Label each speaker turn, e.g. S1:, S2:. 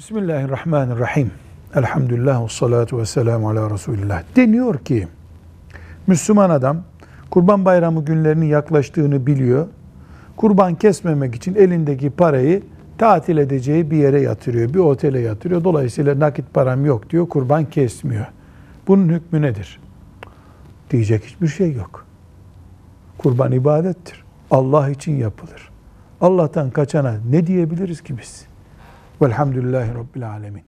S1: Bismillahirrahmanirrahim. Elhamdülillah ve salatu ve selamu ala Resulillah. Deniyor ki, Müslüman adam Kurban Bayramı günlerinin yaklaştığını biliyor. Kurban kesmemek için elindeki parayı tatil edeceği bir yere yatırıyor, bir otele yatırıyor. Dolayısıyla nakit param yok diyor, kurban kesmiyor. Bunun hükmü nedir? Diyecek hiçbir şey yok. Kurban ibadettir. Allah için yapılır. Allah'tan kaçana ne diyebiliriz ki biz? Velhamdülillahi Rabbil alemin.